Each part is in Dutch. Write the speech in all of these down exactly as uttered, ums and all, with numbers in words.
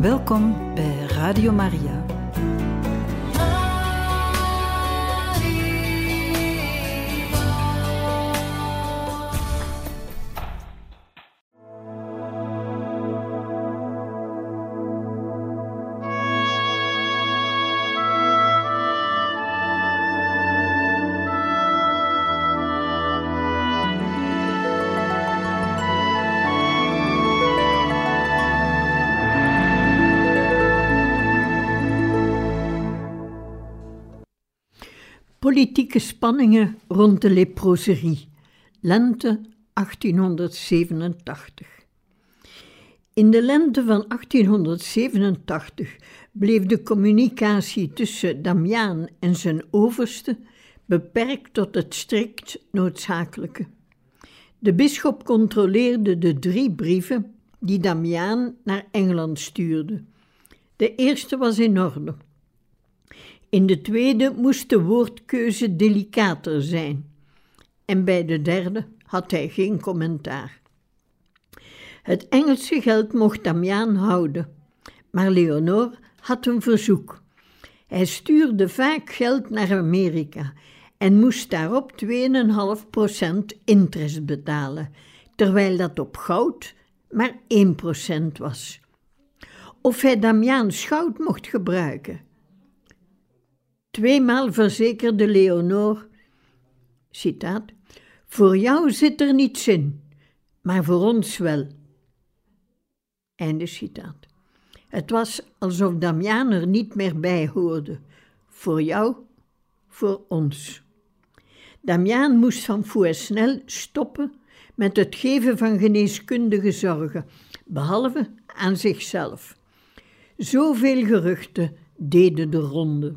Welkom bij Radio Maria. Politieke spanningen rond de leproserie, lente achttienhonderdzevenentachtig. In de lente van achttienhonderdzevenentachtig bleef de communicatie tussen Damiaan en zijn overste beperkt tot het strikt noodzakelijke. De bisschop controleerde de drie brieven die Damiaan naar Engeland stuurde. De eerste was in orde. In de tweede moest de woordkeuze delicater zijn. En bij de derde had hij geen commentaar. Het Engelse geld mocht Damiaan houden, maar Leonor had een verzoek. Hij stuurde vaak geld naar Amerika en moest daarop twee komma vijf procent interest betalen, terwijl dat op goud maar één procent was. Of hij Damiaans goud mocht gebruiken. Tweemaal verzekerde Leonor, citaat, voor jou zit er niets in, maar voor ons wel. Einde citaat. Het was alsof Damiaan er niet meer bij hoorde. Voor jou, voor ons. Damiaan moest van Fouesnel stoppen met het geven van geneeskundige zorgen, behalve aan zichzelf. Zoveel geruchten deden de ronde.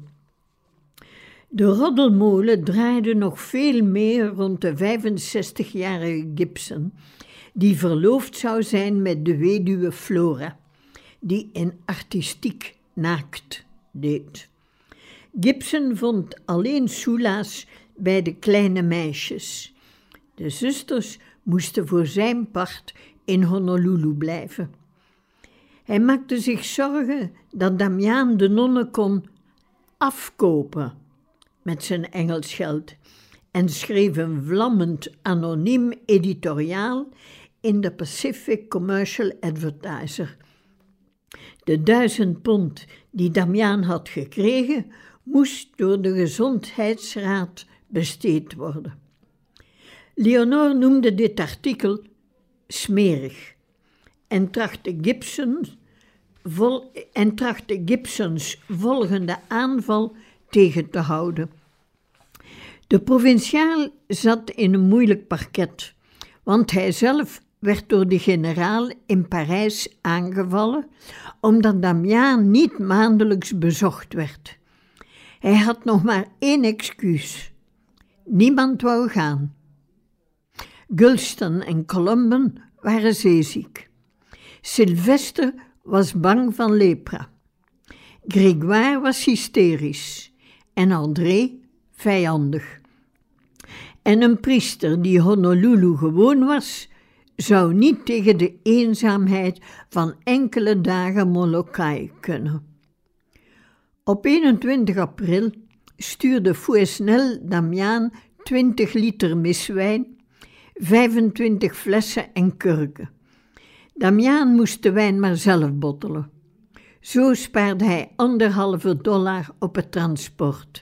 De roddelmolen draaide nog veel meer rond de vijfenzestigjarige Gibson, die verloofd zou zijn met de weduwe Flora, die in artistiek naakt deed. Gibson vond alleen soelaas bij de kleine meisjes. De zusters moesten voor zijn part in Honolulu blijven. Hij maakte zich zorgen dat Damiaan de nonnen kon afkopen met zijn Engels geld en schreef een vlammend anoniem editoriaal in de Pacific Commercial Advertiser. De duizend pond die Damiaan had gekregen, moest door de gezondheidsraad besteed worden. Leonor noemde dit artikel smerig en trachtte Gibsons, vol, en trachtte Gibsons volgende aanval tegen te houden. De provinciaal zat in een moeilijk parket, want hij zelf werd door de generaal in Parijs aangevallen, omdat Damiaan niet maandelijks bezocht werd. Hij had nog maar één excuus. Niemand wou gaan. Gulston en Colomben waren zeeziek. Sylvester was bang van lepra. Grégoire was hysterisch en André vijandig. En een priester die Honolulu gewoon was, zou niet tegen de eenzaamheid van enkele dagen Molokai kunnen. Op eenentwintig april stuurde Fouesnel Damiaan twintig liter miswijn, vijfentwintig flessen en kurken. Damiaan moest de wijn maar zelf bottelen. Zo spaarde hij anderhalve dollar op het transport.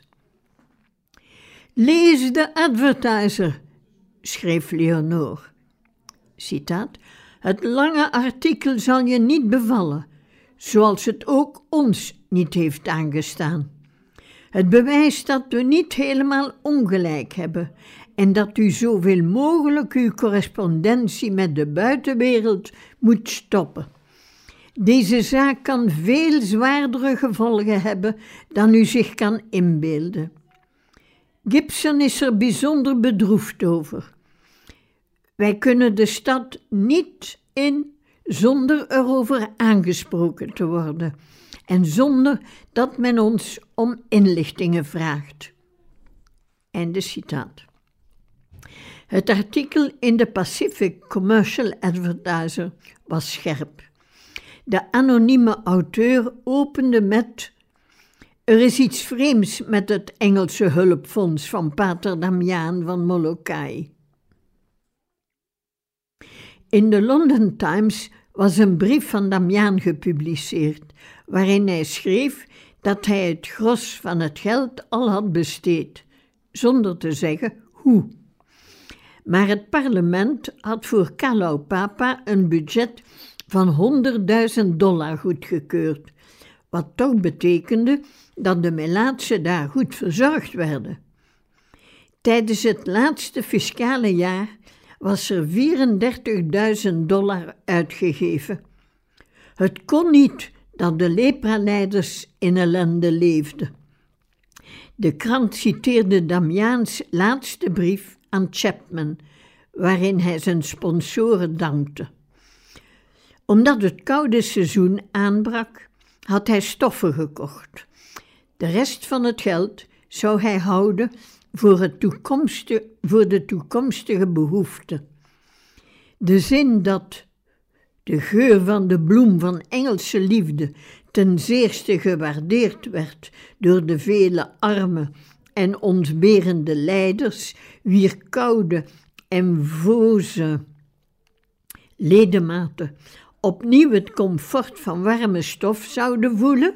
Lees de advertiser, schreef Leonor. Citaat, het lange artikel zal je niet bevallen, zoals het ook ons niet heeft aangestaan. Het bewijst dat we niet helemaal ongelijk hebben en dat u zoveel mogelijk uw correspondentie met de buitenwereld moet stoppen. Deze zaak kan veel zwaardere gevolgen hebben dan u zich kan inbeelden. Gibson is er bijzonder bedroefd over. Wij kunnen de stad niet in zonder erover aangesproken te worden en zonder dat men ons om inlichtingen vraagt. Einde citaat. Het artikel in de Pacific Commercial Advertiser was scherp. De anonieme auteur opende met: er is iets vreemds met het Engelse hulpfonds van pater Damiaan van Molokai. In de London Times was een brief van Damiaan gepubliceerd, waarin hij schreef dat hij het gros van het geld al had besteed, zonder te zeggen hoe. Maar het parlement had voor Kalaupapa een budget van honderdduizend dollar goedgekeurd, wat toch betekende dat de melaatsen daar goed verzorgd werden. Tijdens het laatste fiscale jaar was er vierendertigduizend dollar uitgegeven. Het kon niet dat de lepraleiders in ellende leefden. De krant citeerde Damiaans laatste brief aan Chapman, waarin hij zijn sponsoren dankte. Omdat het koude seizoen aanbrak, had hij stoffen gekocht. De rest van het geld zou hij houden voor, het toekomstige, voor de toekomstige behoeften. De zin dat de geur van de bloem van Engelse liefde ten zeerste gewaardeerd werd door de vele arme en ontberende lijders, wier koude en voze ledematen opnieuw het comfort van warme stof zouden voelen,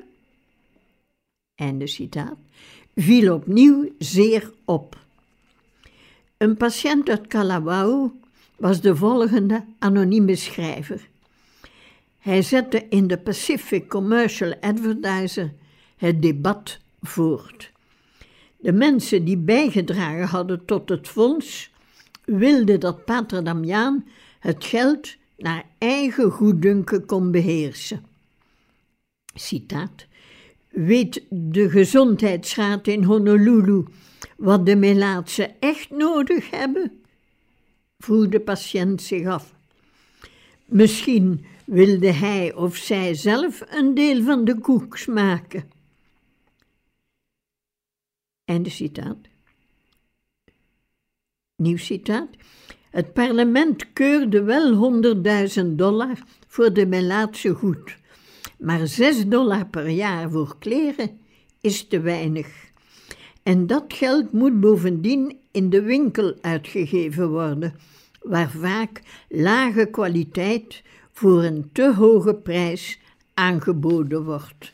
einde citaat, viel opnieuw zeer op. Een patiënt uit Kalawao was de volgende anonieme schrijver. Hij zette in de Pacific Commercial Advertiser het debat voort. De mensen die bijgedragen hadden tot het fonds wilden dat pater Damiaan het geld naar eigen goeddunken kon beheersen. Citaat: weet de gezondheidsraad in Honolulu wat de melaatsen echt nodig hebben? Vroeg de patiënt zich af. Misschien wilde hij of zij zelf een deel van de koek smaken. Einde citaat. Nieuw citaat. Het parlement keurde wel honderdduizend dollar voor de melaatse goed, maar zes dollar per jaar voor kleren is te weinig. En dat geld moet bovendien in de winkel uitgegeven worden, waar vaak lage kwaliteit voor een te hoge prijs aangeboden wordt.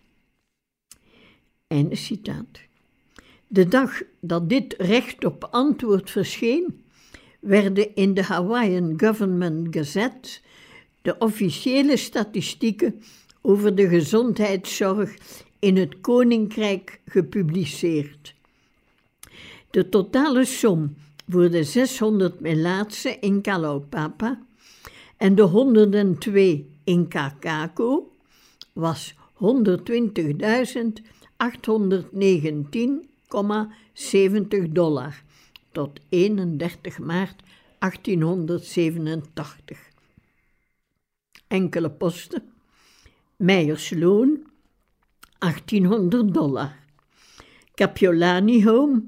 Einde citaat. De dag dat dit recht op antwoord verscheen, werden in de Hawaiian Government Gazette de officiële statistieken over de gezondheidszorg in het Koninkrijk gepubliceerd. De totale som voor de zeshonderd melaatsen in Kalaupapa en de honderdtwee in Kakako was honderdtwintigduizend achthonderdnegentien komma zeventig dollar tot eenendertig maart achttienhonderdzevenentachtig. Enkele posten: Meijers loon achttienhonderd dollar, Kapiolani Home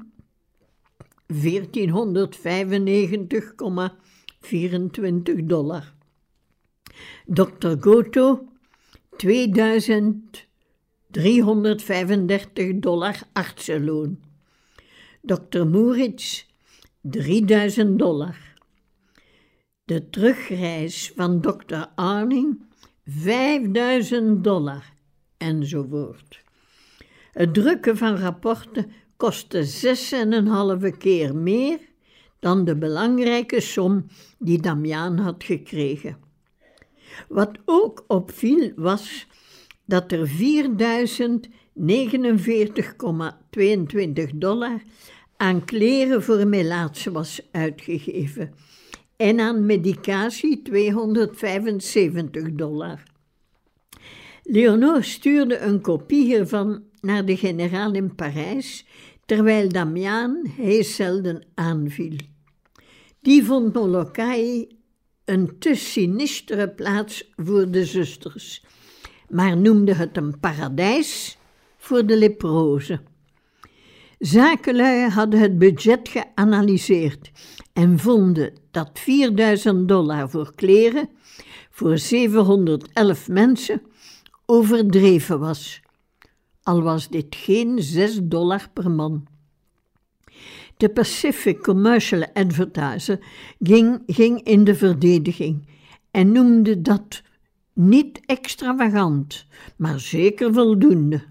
veertienhonderdvijfennegentig komma vierentwintig dollar, dokter Goto tweeduizend driehonderdvijfendertig dollar artsenloon, dokter Moerits drieduizend dollar. De terugreis van dokter Arning vijfduizend dollar, enzovoort. Het drukken van rapporten kostte zes en een halve keer meer dan de belangrijke som die Damiaan had gekregen. Wat ook opviel was dat er vierduizend negenenveertig komma tweeëntwintig dollar aan kleren voor melaatsen was uitgegeven en aan medicatie tweehonderdvijfenzeventig dollar. Leonor stuurde een kopie hiervan naar de generaal in Parijs, terwijl Damiaan Heeselden aanviel. Die vond Molokai een te sinistere plaats voor de zusters, maar noemde het een paradijs voor de leprozen. Zakenlui hadden het budget geanalyseerd en vonden dat vierduizend dollar voor kleren voor zevenhonderdelf mensen overdreven was, al was dit geen zes dollar per man. De Pacific Commercial Advertiser ging, ging in de verdediging en noemde dat niet extravagant, maar zeker voldoende.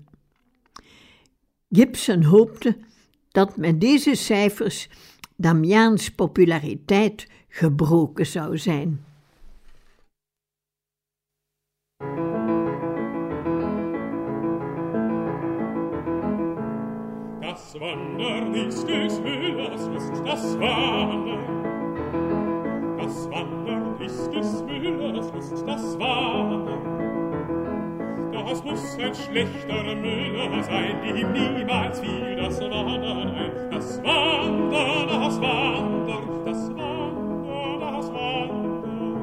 Gibson hoopte dat met deze cijfers Damiaans populariteit gebroken zou zijn. Das Wandern ist des Müllers Lust, das Wandern. Das Wandern ist des Müllers Lust, das Wandern. Das muss ein schlechter Müller sein, dem niemals fiel das Wandern ein. Das Wandern, das Wandern, das Wandern, das Wandern.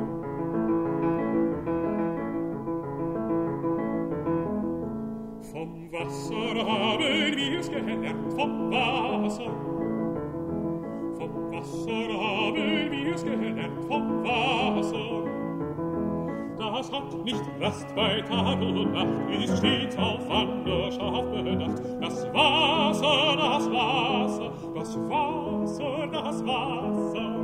Vom Wasser haben wir's gelernt, vom Wasser. Vom Wasser haben wir's gelernt, vom Wasser. Das hat nicht Rast bei Tag und Nacht, ist stets auf Wanderschaft bedacht. Das Wasser, das Wasser, das Wasser, das Wasser.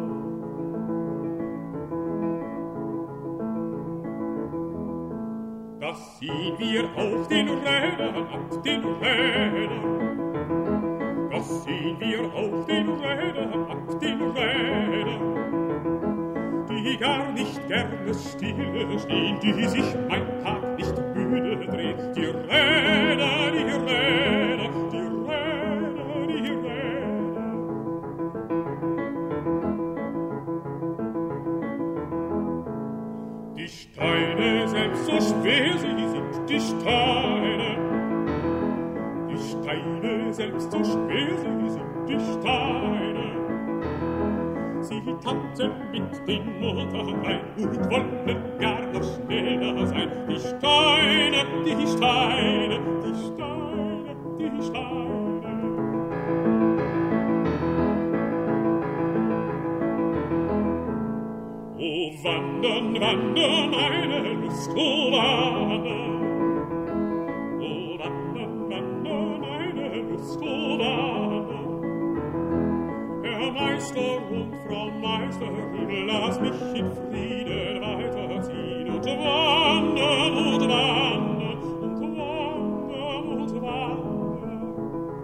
Das sehen wir auf den Rädern, an den Rädern. Das sehen wir auf den Rädern, an den Rädern. Die gar nicht gerne stille stehen, die sich mein Tag nicht müde drehen. Die Räder, die Räder, die Räder, die Räder. Die Steine, selbst so schwer sie sind, die Steine. Die Steine, selbst so schwer sie sind, die Steine. Sie tanzen mit den Muttern ein und wollen gar noch schneller sein. Die Steine, die Steine, die Steine, die Steine. Oh, wandern, wandern, eine Lust, oh, wandern. Oh, wandern, wandern, eine Lust, oh, wandern. Herr Meister und Frau Meisterin, lass mich in Frieden weiterziehen und wandern und wandern und wandern und wandern.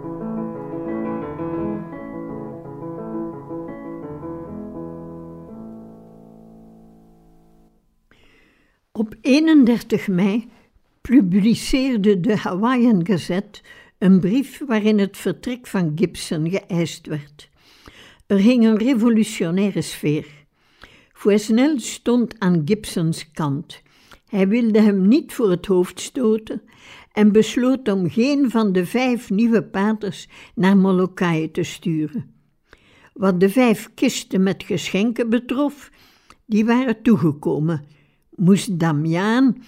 Op eenendertig mei publiceerde de Hawaiian Gazette een brief waarin het vertrek van Gibson geëist werd. Er hing een revolutionaire sfeer. Fresnel stond aan Gibsons kant. Hij wilde hem niet voor het hoofd stoten en besloot om geen van de vijf nieuwe paters naar Molokai te sturen. Wat de vijf kisten met geschenken betrof, die waren toegekomen, moest Damiaan,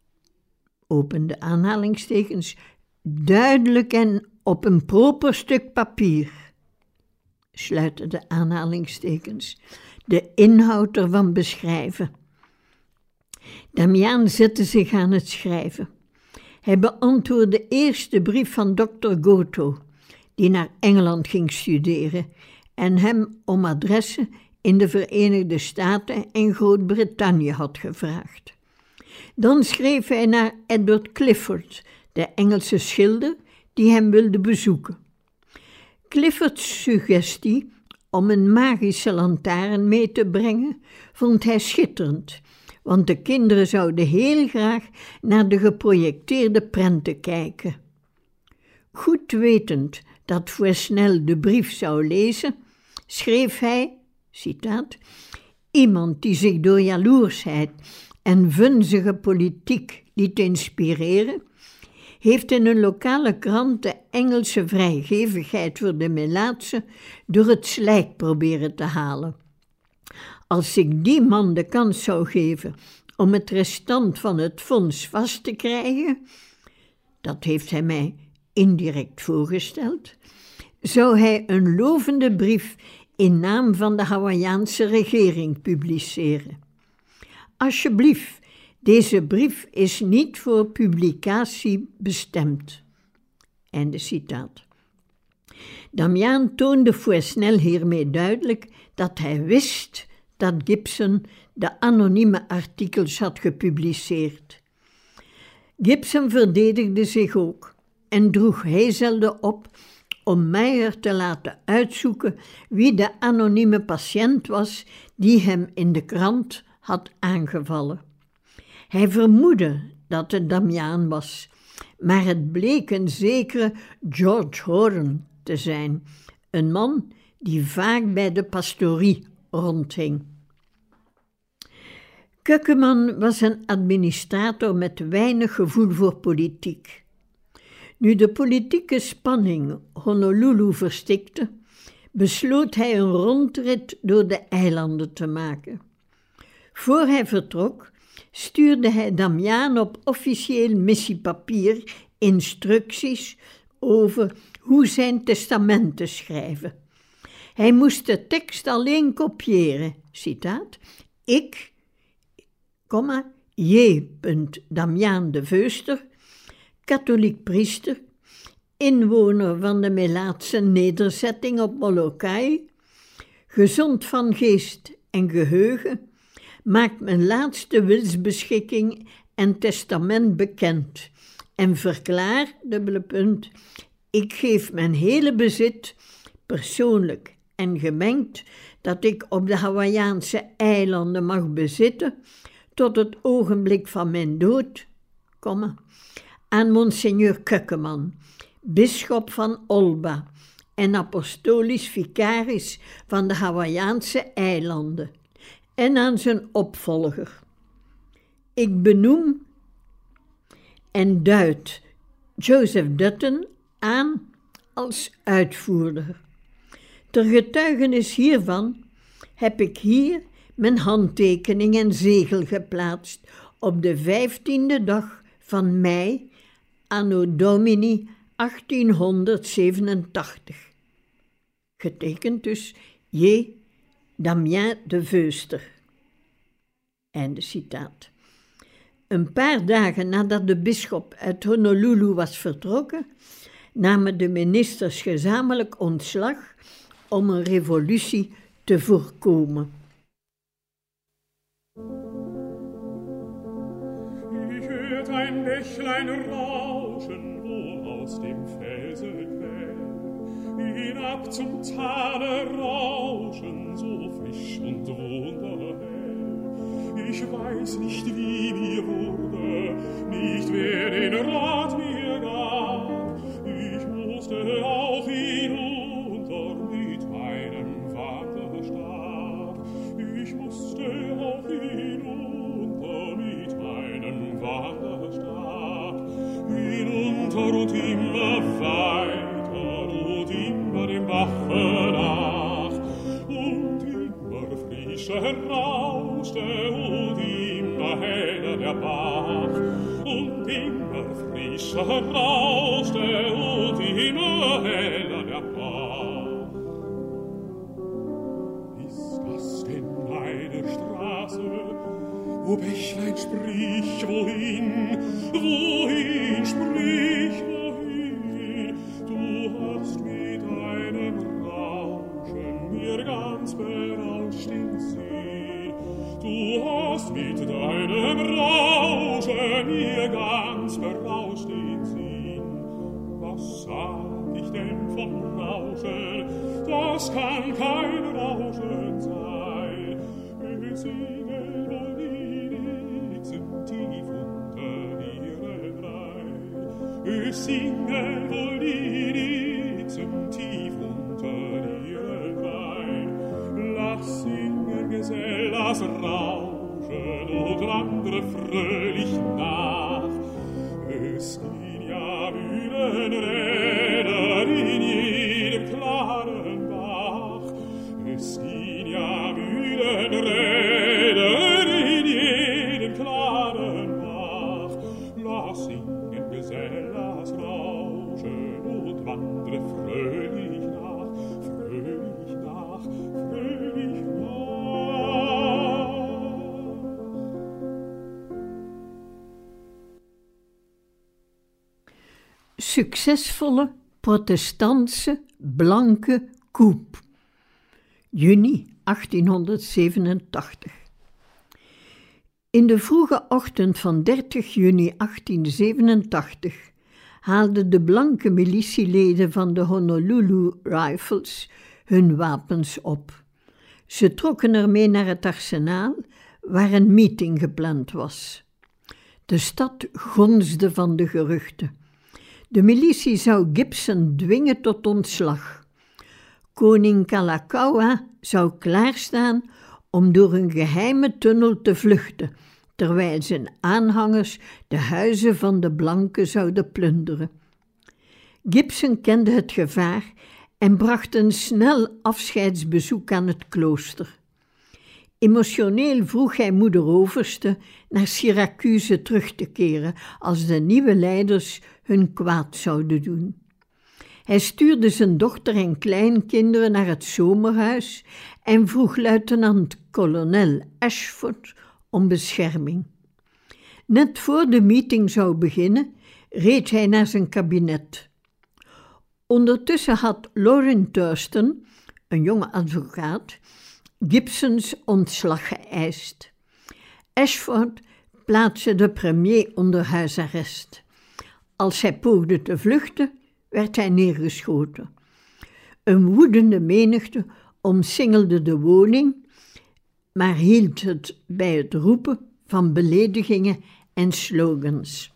opende aanhalingstekens, duidelijk en op een proper stuk papier, sluiten de aanhalingstekens, de inhoud ervan beschrijven. Damiaan zette zich aan het schrijven. Hij beantwoordde eerst de brief van dokter Goto, die naar Engeland ging studeren, en hem om adressen in de Verenigde Staten en Groot-Brittannië had gevraagd. Dan schreef hij naar Edward Clifford, de Engelse schilder, die hem wilde bezoeken. Cliffords suggestie om een magische lantaarn mee te brengen, vond hij schitterend, want de kinderen zouden heel graag naar de geprojecteerde prenten kijken. Goed wetend dat Fresnel de brief zou lezen, schreef hij, citaat, iemand die zich door jaloersheid en vunzige politiek liet inspireren, heeft in een lokale krant de Engelse vrijgevigheid voor de melaatse door het slijk proberen te halen. Als ik die man de kans zou geven om het restant van het fonds vast te krijgen, dat heeft hij mij indirect voorgesteld, zou hij een lovende brief in naam van de Hawaïaanse regering publiceren. Alsjeblieft, deze brief is niet voor publicatie bestemd. Einde citaat. Damiaan toonde voorsnel hiermee duidelijk dat hij wist dat Gibson de anonieme artikels had gepubliceerd. Gibson verdedigde zich ook en droeg Hazelde op om Meyer te laten uitzoeken wie de anonieme patiënt was die hem in de krant had aangevallen. Hij vermoedde dat het Damiaan was, maar het bleek een zekere George Horn te zijn, een man die vaak bij de pastorie rondhing. Keukeman was een administrator met weinig gevoel voor politiek. Nu de politieke spanning Honolulu verstikte, besloot hij een rondrit door de eilanden te maken. Voor hij vertrok, stuurde hij Damiaan op officieel missiepapier instructies over hoe zijn testament te schrijven. Hij moest de tekst alleen kopiëren, citaat, ik, komma, J. Damiaan de Veuster, katholiek priester, inwoner van de Melaatse nederzetting op Molokai, gezond van geest en geheugen, maakt mijn laatste wilsbeschikking en testament bekend en verklaar, dubbele punt, ik geef mijn hele bezit, persoonlijk en gemengd, dat ik op de Hawaïaanse eilanden mag bezitten, tot het ogenblik van mijn dood, komma, aan Monseigneur Keukeman, bisschop van Olba en apostolisch vicaris van de Hawaïaanse eilanden, en aan zijn opvolger. Ik benoem en duid Joseph Dutton aan als uitvoerder. Ter getuigenis hiervan heb ik hier mijn handtekening en zegel geplaatst op de vijftiende dag van mei, anno domini achttienhonderdzevenentachtig. Getekend dus J. Damiaan de Veuster. Einde citaat. Een paar dagen nadat de bisschop uit Honolulu was vertrokken, namen de ministers gezamenlijk ontslag om een revolutie te voorkomen. Ich hört ein Bächlein rauschen, wo aus dem Felsen quell, hinab zum Tale rauschen, so frisch und wunderhell. Ich weiß nicht, wie mir wurde, nicht wer den Rat mir gab, ich musste auch hinunter mit einem Wanderstab. Ich musste auch hinunter mit einem Wanderstab, hinunter und immer weiter und immer dem Bache nach, und immer frischer rauschte und immer heller der Bach, und immer frischer rauschte und immer heller der Bach. Ist das denn eine Straße, wo Bächlein sprich, wohin, wohin, sprich, wohin? Du hast mit deinem Rauschen mir ganz berauscht den Sinn. Du hast mit deinem Rauschen mir ganz berauscht den Sinn. Was sag ich denn vom Rauschen? Das kann kein Rauschen sein. Wir singen wohl die Litzen tief unter ihren Reihen. Wir singen wohl die Litzen tief unter ihren Reihen. Lass singen, Gesell, das Rauschen und andere fröhlich nach. Es ging ja Mühlenräder in jedem klaren Bach. Es ging ja Mühlenräder in jedem klaren Bach. Lass singen, Gesell, das Rauschen und wandre fröhlich nach, fröhlich nach, succesvolle protestantse blanke coup. Juni achttienhonderdzevenentachtig. In de vroege ochtend van dertig juni achttienzevenentachtig haalden de blanke militieleden van de Honolulu Rifles hun wapens op. Ze trokken ermee naar het arsenaal, waar een meeting gepland was. De stad gonsde van de geruchten. De militie zou Gibson dwingen tot ontslag. Koning Kalakaua zou klaarstaan om door een geheime tunnel te vluchten, terwijl zijn aanhangers de huizen van de blanken zouden plunderen. Gibson kende het gevaar en bracht een snel afscheidsbezoek aan het klooster. Emotioneel vroeg hij moeder Overste naar Syracuse terug te keren als de nieuwe leiders hun kwaad zouden doen. Hij stuurde zijn dochter en kleinkinderen naar het zomerhuis en vroeg luitenant-kolonel Ashford om bescherming. Net voor de meeting zou beginnen, reed hij naar zijn kabinet. Ondertussen had Lorin Thurston, een jonge advocaat, Gibsons ontslag geëist. Ashford plaatste de premier onder huisarrest. Als hij poogde te vluchten, werd hij neergeschoten. Een woedende menigte omsingelde de woning, maar hield het bij het roepen van beledigingen en slogans.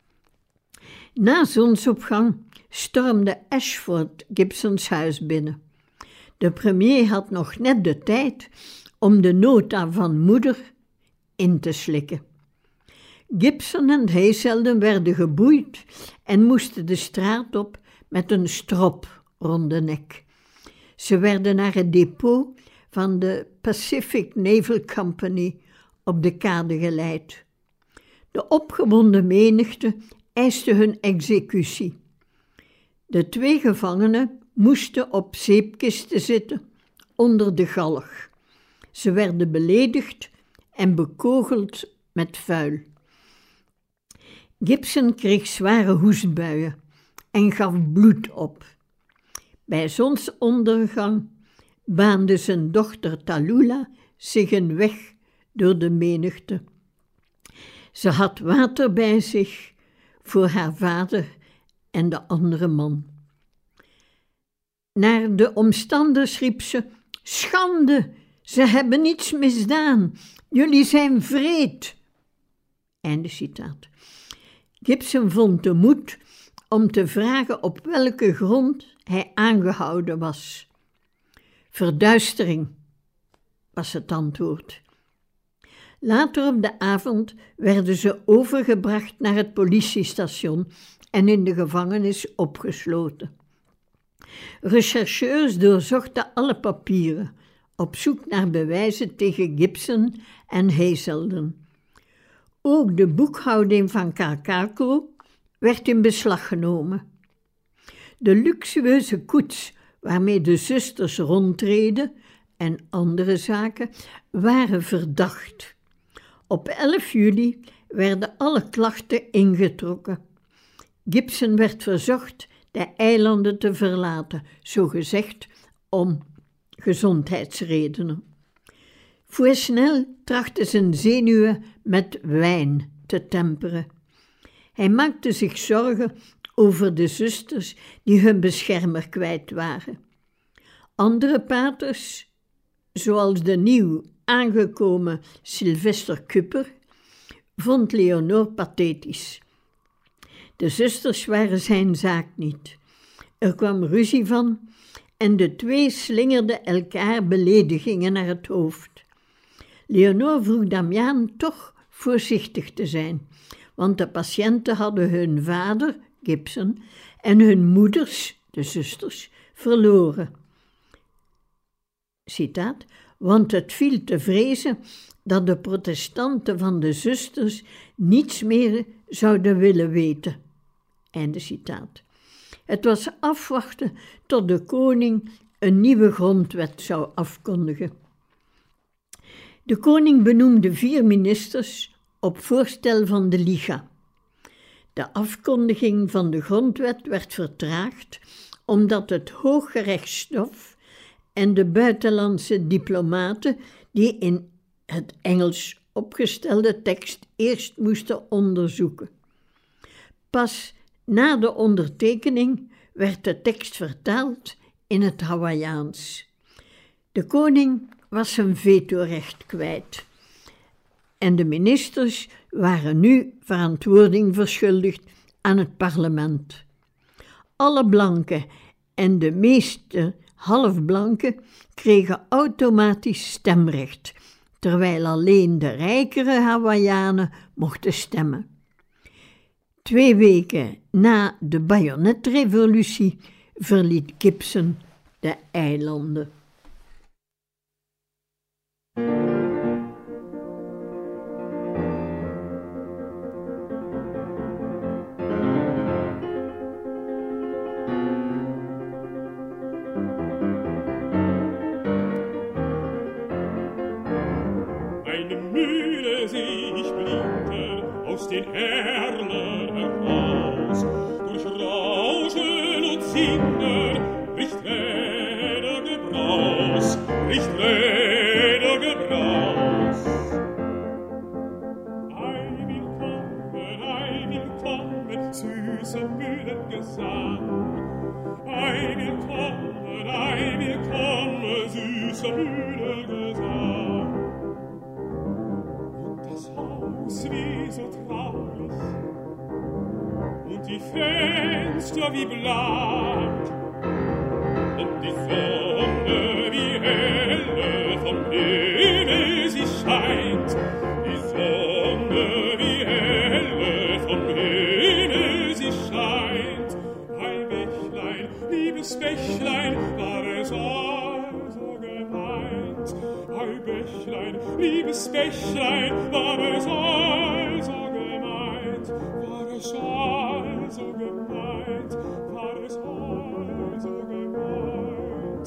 Na zonsopgang stormde Ashford Gibsons huis binnen. De premier had nog net de tijd om de nota van moeder in te slikken. Gibson en Hazelden werden geboeid en moesten de straat op met een strop rond de nek. Ze werden naar het depot van de Pacific Naval Company op de kade geleid. De opgewonden menigte eiste hun executie. De twee gevangenen moesten op zeepkisten zitten onder de galg. Ze werden beledigd en bekogeld met vuil. Gibson kreeg zware hoestbuien en gaf bloed op. Bij zonsondergang baande zijn dochter Tallulah zich een weg door de menigte. Ze had water bij zich voor haar vader en de andere man. Naar de omstanders riep ze: "Schande, ze hebben niets misdaan, jullie zijn wreed." Einde citaat. Gibson vond de moed om te vragen op welke grond hij aangehouden was. "Verduistering," was het antwoord. Later op de avond werden ze overgebracht naar het politiestation en in de gevangenis opgesloten. Rechercheurs doorzochten alle papieren, op zoek naar bewijzen tegen Gibson en Hazelden. Ook de boekhouding van Kakako werd in beslag genomen. De luxueuze koets waarmee de zusters rondreden en andere zaken waren verdacht. Op elf juli werden alle klachten ingetrokken. Gibson werd verzocht de eilanden te verlaten, zogezegd om gezondheidsredenen. Fouesnel trachtte zijn zenuwen met wijn te temperen. Hij maakte zich zorgen over de zusters die hun beschermer kwijt waren. Andere paters, zoals de nieuw aangekomen Sylvester Cooper, vond Leonor pathetisch. De zusters waren zijn zaak niet. Er kwam ruzie van en de twee slingerden elkaar beledigingen naar het hoofd. Leonor vroeg Damiaan toch voorzichtig te zijn, want de patiënten hadden hun vader, Gibson, en hun moeders, de zusters, verloren. Citaat, want het viel te vrezen dat de protestanten van de zusters niets meer zouden willen weten. Einde citaat. Het was afwachten tot de koning een nieuwe grondwet zou afkondigen. De koning benoemde vier ministers op voorstel van de Liga. De afkondiging van de grondwet werd vertraagd omdat het Hooggerechtshof en de buitenlandse diplomaten die in het Engels opgestelde tekst eerst moesten onderzoeken. Pas na de ondertekening werd de tekst vertaald in het Hawaiiaans. De koning was zijn vetorecht kwijt en de ministers waren nu verantwoording verschuldigd aan het parlement. Alle blanken en de meeste halfblanken kregen automatisch stemrecht, terwijl alleen de rijkere Hawaiianen mochten stemmen. Twee weken na de bajonetrevolutie verliet Gibson de eilanden. Eine Mühle seh ich blinken aus den Erlen heraus, durch Rauschen und Singen bricht Räder Gebraus, bricht Räder Gebraus. Ei, willkommen, ei, willkommen, süßer Mühlengesang. Ei, willkommen, ei, willkommen, süßer Mühlengesang. Das Haus wie so traulich und die Fenster wie blank und die Sonne wie helle vom Himmel sie scheint, die Sonne wie helle vom Himmel sie scheint. Ein Bächlein, liebes Bächlein, war es also gemeint. Ein Bächlein, liebes Bächlein, war es also gemeint, war es also gemeint, war es also gemeint.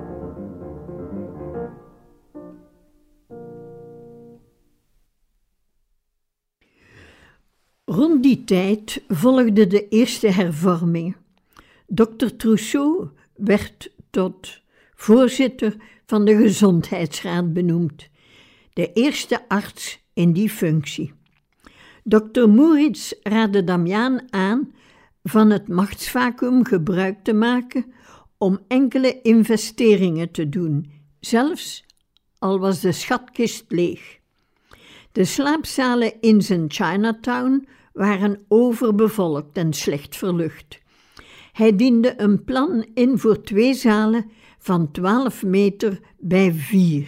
Rond die tijd volgde de eerste hervorming. dokter Trousseau werd tot voorzitter van de Gezondheidsraad benoemd, de eerste arts in die functie. dokter Moritz raadde Damiaan aan van het machtsvacuüm gebruik te maken om enkele investeringen te doen, zelfs al was de schatkist leeg. De slaapzalen in zijn Chinatown waren overbevolkt en slecht verlucht. Hij diende een plan in voor twee zalen van twaalf meter bij vier.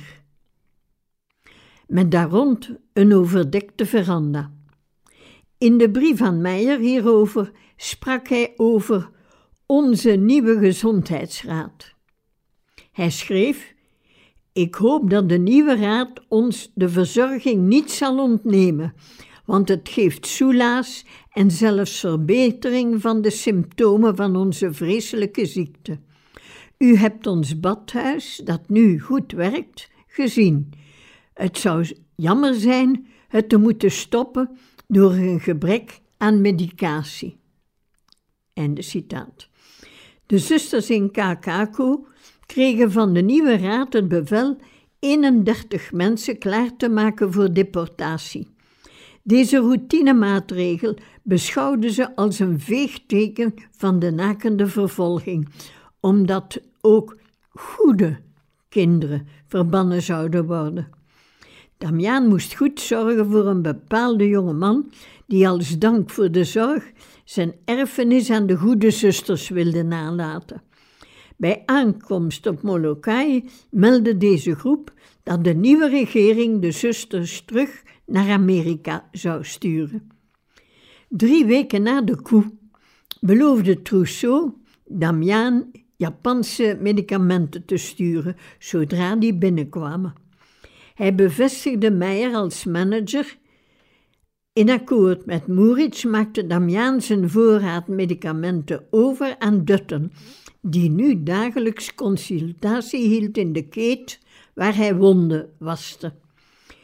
Met daar rond een overdekte veranda. In de brief aan Meijer hierover sprak hij over onze nieuwe gezondheidsraad. Hij schreef: Ik hoop dat de nieuwe raad ons de verzorging niet zal ontnemen, want het geeft soelaas en zelfs verbetering van de symptomen van onze vreselijke ziekte. U hebt ons badhuis, dat nu goed werkt, gezien. Het zou jammer zijn het te moeten stoppen door een gebrek aan medicatie. Einde citaat. De zusters in Kakako kregen van de nieuwe raad het bevel eenendertig mensen klaar te maken voor deportatie. Deze routinemaatregel beschouwden ze als een veegteken van de nakende vervolging, omdat ook goede kinderen verbannen zouden worden. Damiaan moest goed zorgen voor een bepaalde jongeman die als dank voor de zorg zijn erfenis aan de goede zusters wilde nalaten. Bij aankomst op Molokai meldde deze groep dat de nieuwe regering de zusters terug naar Amerika zou sturen. Drie weken na de coup beloofde Trousseau Damiaan Japanse medicamenten te sturen zodra die binnenkwamen. Hij bevestigde Meijer als manager. In akkoord met Moritz maakte Damiaan zijn voorraad medicamenten over aan Dutton, die nu dagelijks consultatie hield in de keet waar hij wonden waste.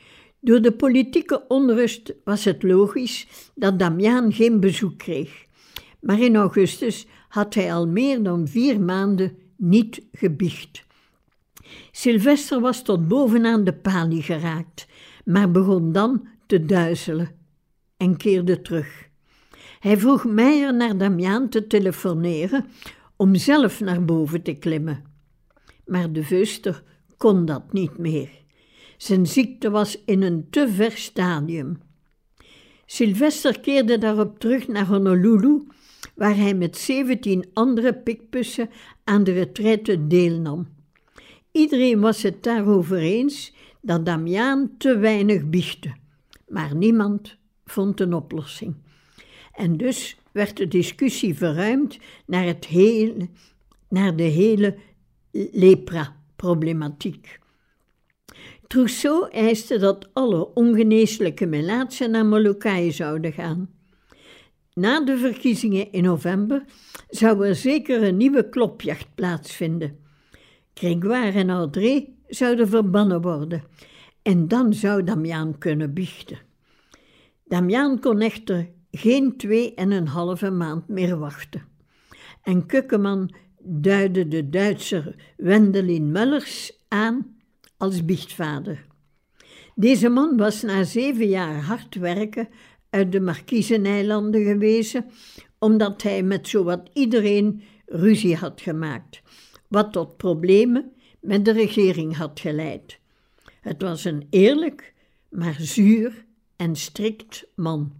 Door de politieke onrust was het logisch dat Damiaan geen bezoek kreeg. Maar in augustus had hij al meer dan vier maanden niet gebiecht. Sylvester was tot bovenaan de palie geraakt, maar begon dan te duizelen en keerde terug. Hij vroeg Meijer naar Damiaan te telefoneren om zelf naar boven te klimmen. Maar de veuster kon dat niet meer. Zijn ziekte was in een te ver stadium. Sylvester keerde daarop terug naar Honolulu, waar hij met zeventien andere pikpussen aan de retraite deelnam. Iedereen was het daarover eens dat Damiaan te weinig biechtte, maar niemand vond een oplossing. En dus werd de discussie verruimd naar, het hele, naar de hele lepra-problematiek. Trousseau eiste dat alle ongeneeslijke melaatsen naar Molokai zouden gaan. Na de verkiezingen in november zou er zeker een nieuwe klopjacht plaatsvinden. Grégoire en Audrey zouden verbannen worden en dan zou Damiaan kunnen biechten. Damiaan kon echter geen twee en een halve maand meer wachten. En Kukkeman duidde de Duitser Wendelin Mullers aan als biechtvader. Deze man was na zeven jaar hard werken uit de Markiezeneilanden gewezen, omdat hij met zowat iedereen ruzie had gemaakt, wat tot problemen met de regering had geleid. Het was een eerlijk, maar zuur en strikt man.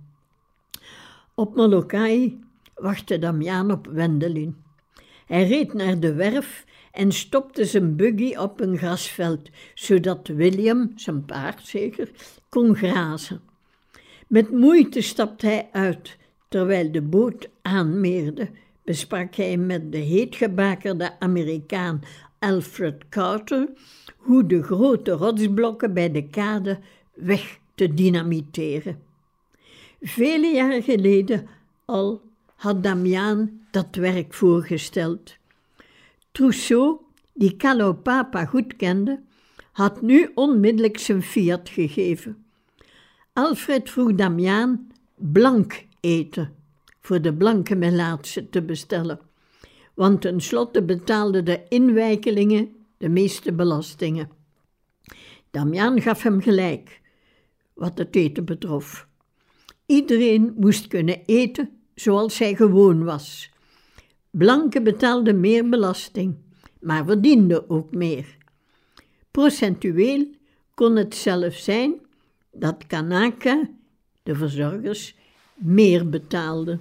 Op Molokai wachtte Damiaan op Wendelin. Hij reed naar de werf en stopte zijn buggy op een grasveld, zodat William, zijn paard zeker, kon grazen. Met moeite stapte hij uit, terwijl de boot aanmeerde, besprak hij met de heetgebakerde Amerikaan Alfred Carter hoe de grote rotsblokken bij de kade weg te dynamiteren. Vele jaren geleden al had Damiaan dat werk voorgesteld. Trousseau, die Kalaupapa goed kende, had nu onmiddellijk zijn fiat gegeven. Alfred vroeg Damiaan blank eten voor de blanke melaatse te bestellen, want tenslotte betaalden de inwijkelingen de meeste belastingen. Damiaan gaf hem gelijk, wat het eten betrof. Iedereen moest kunnen eten zoals hij gewoon was. Blanken betaalden meer belasting, maar verdienden ook meer. Procentueel kon het zelfs zijn dat Kanaka, de verzorgers, meer betaalden.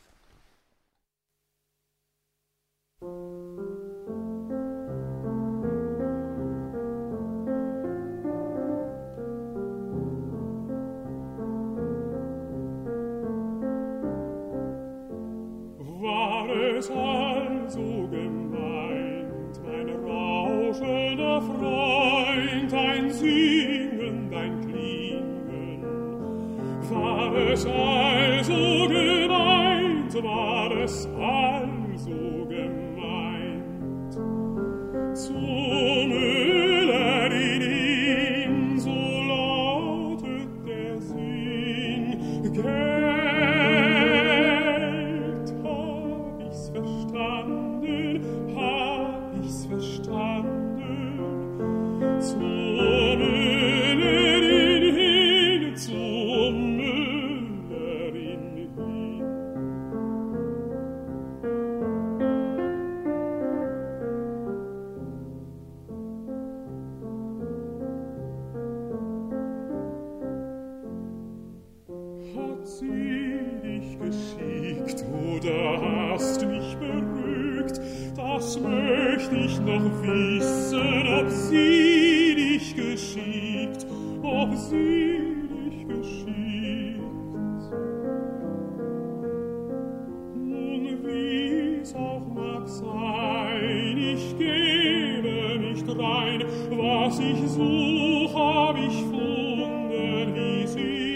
War es also gemeint, mein rauschender Freund, ein Singen, ein Klingen? War es also gemeint, war es also gemeint? Zum Müllerin hin, so lautet der Sinn, Geld hab ich's verstanden, hab ich's verstanden, zum Müllerin hin, zum Müllerin hin. Hat sie dich geschickt oder hast mich berügt? Das möcht ich noch wissen, ob sie dich geschickt, ob sie dich geschickt. Nun wie's auch mag sein, ich gebe nicht rein, was ich such, hab ich gefunden, wie sie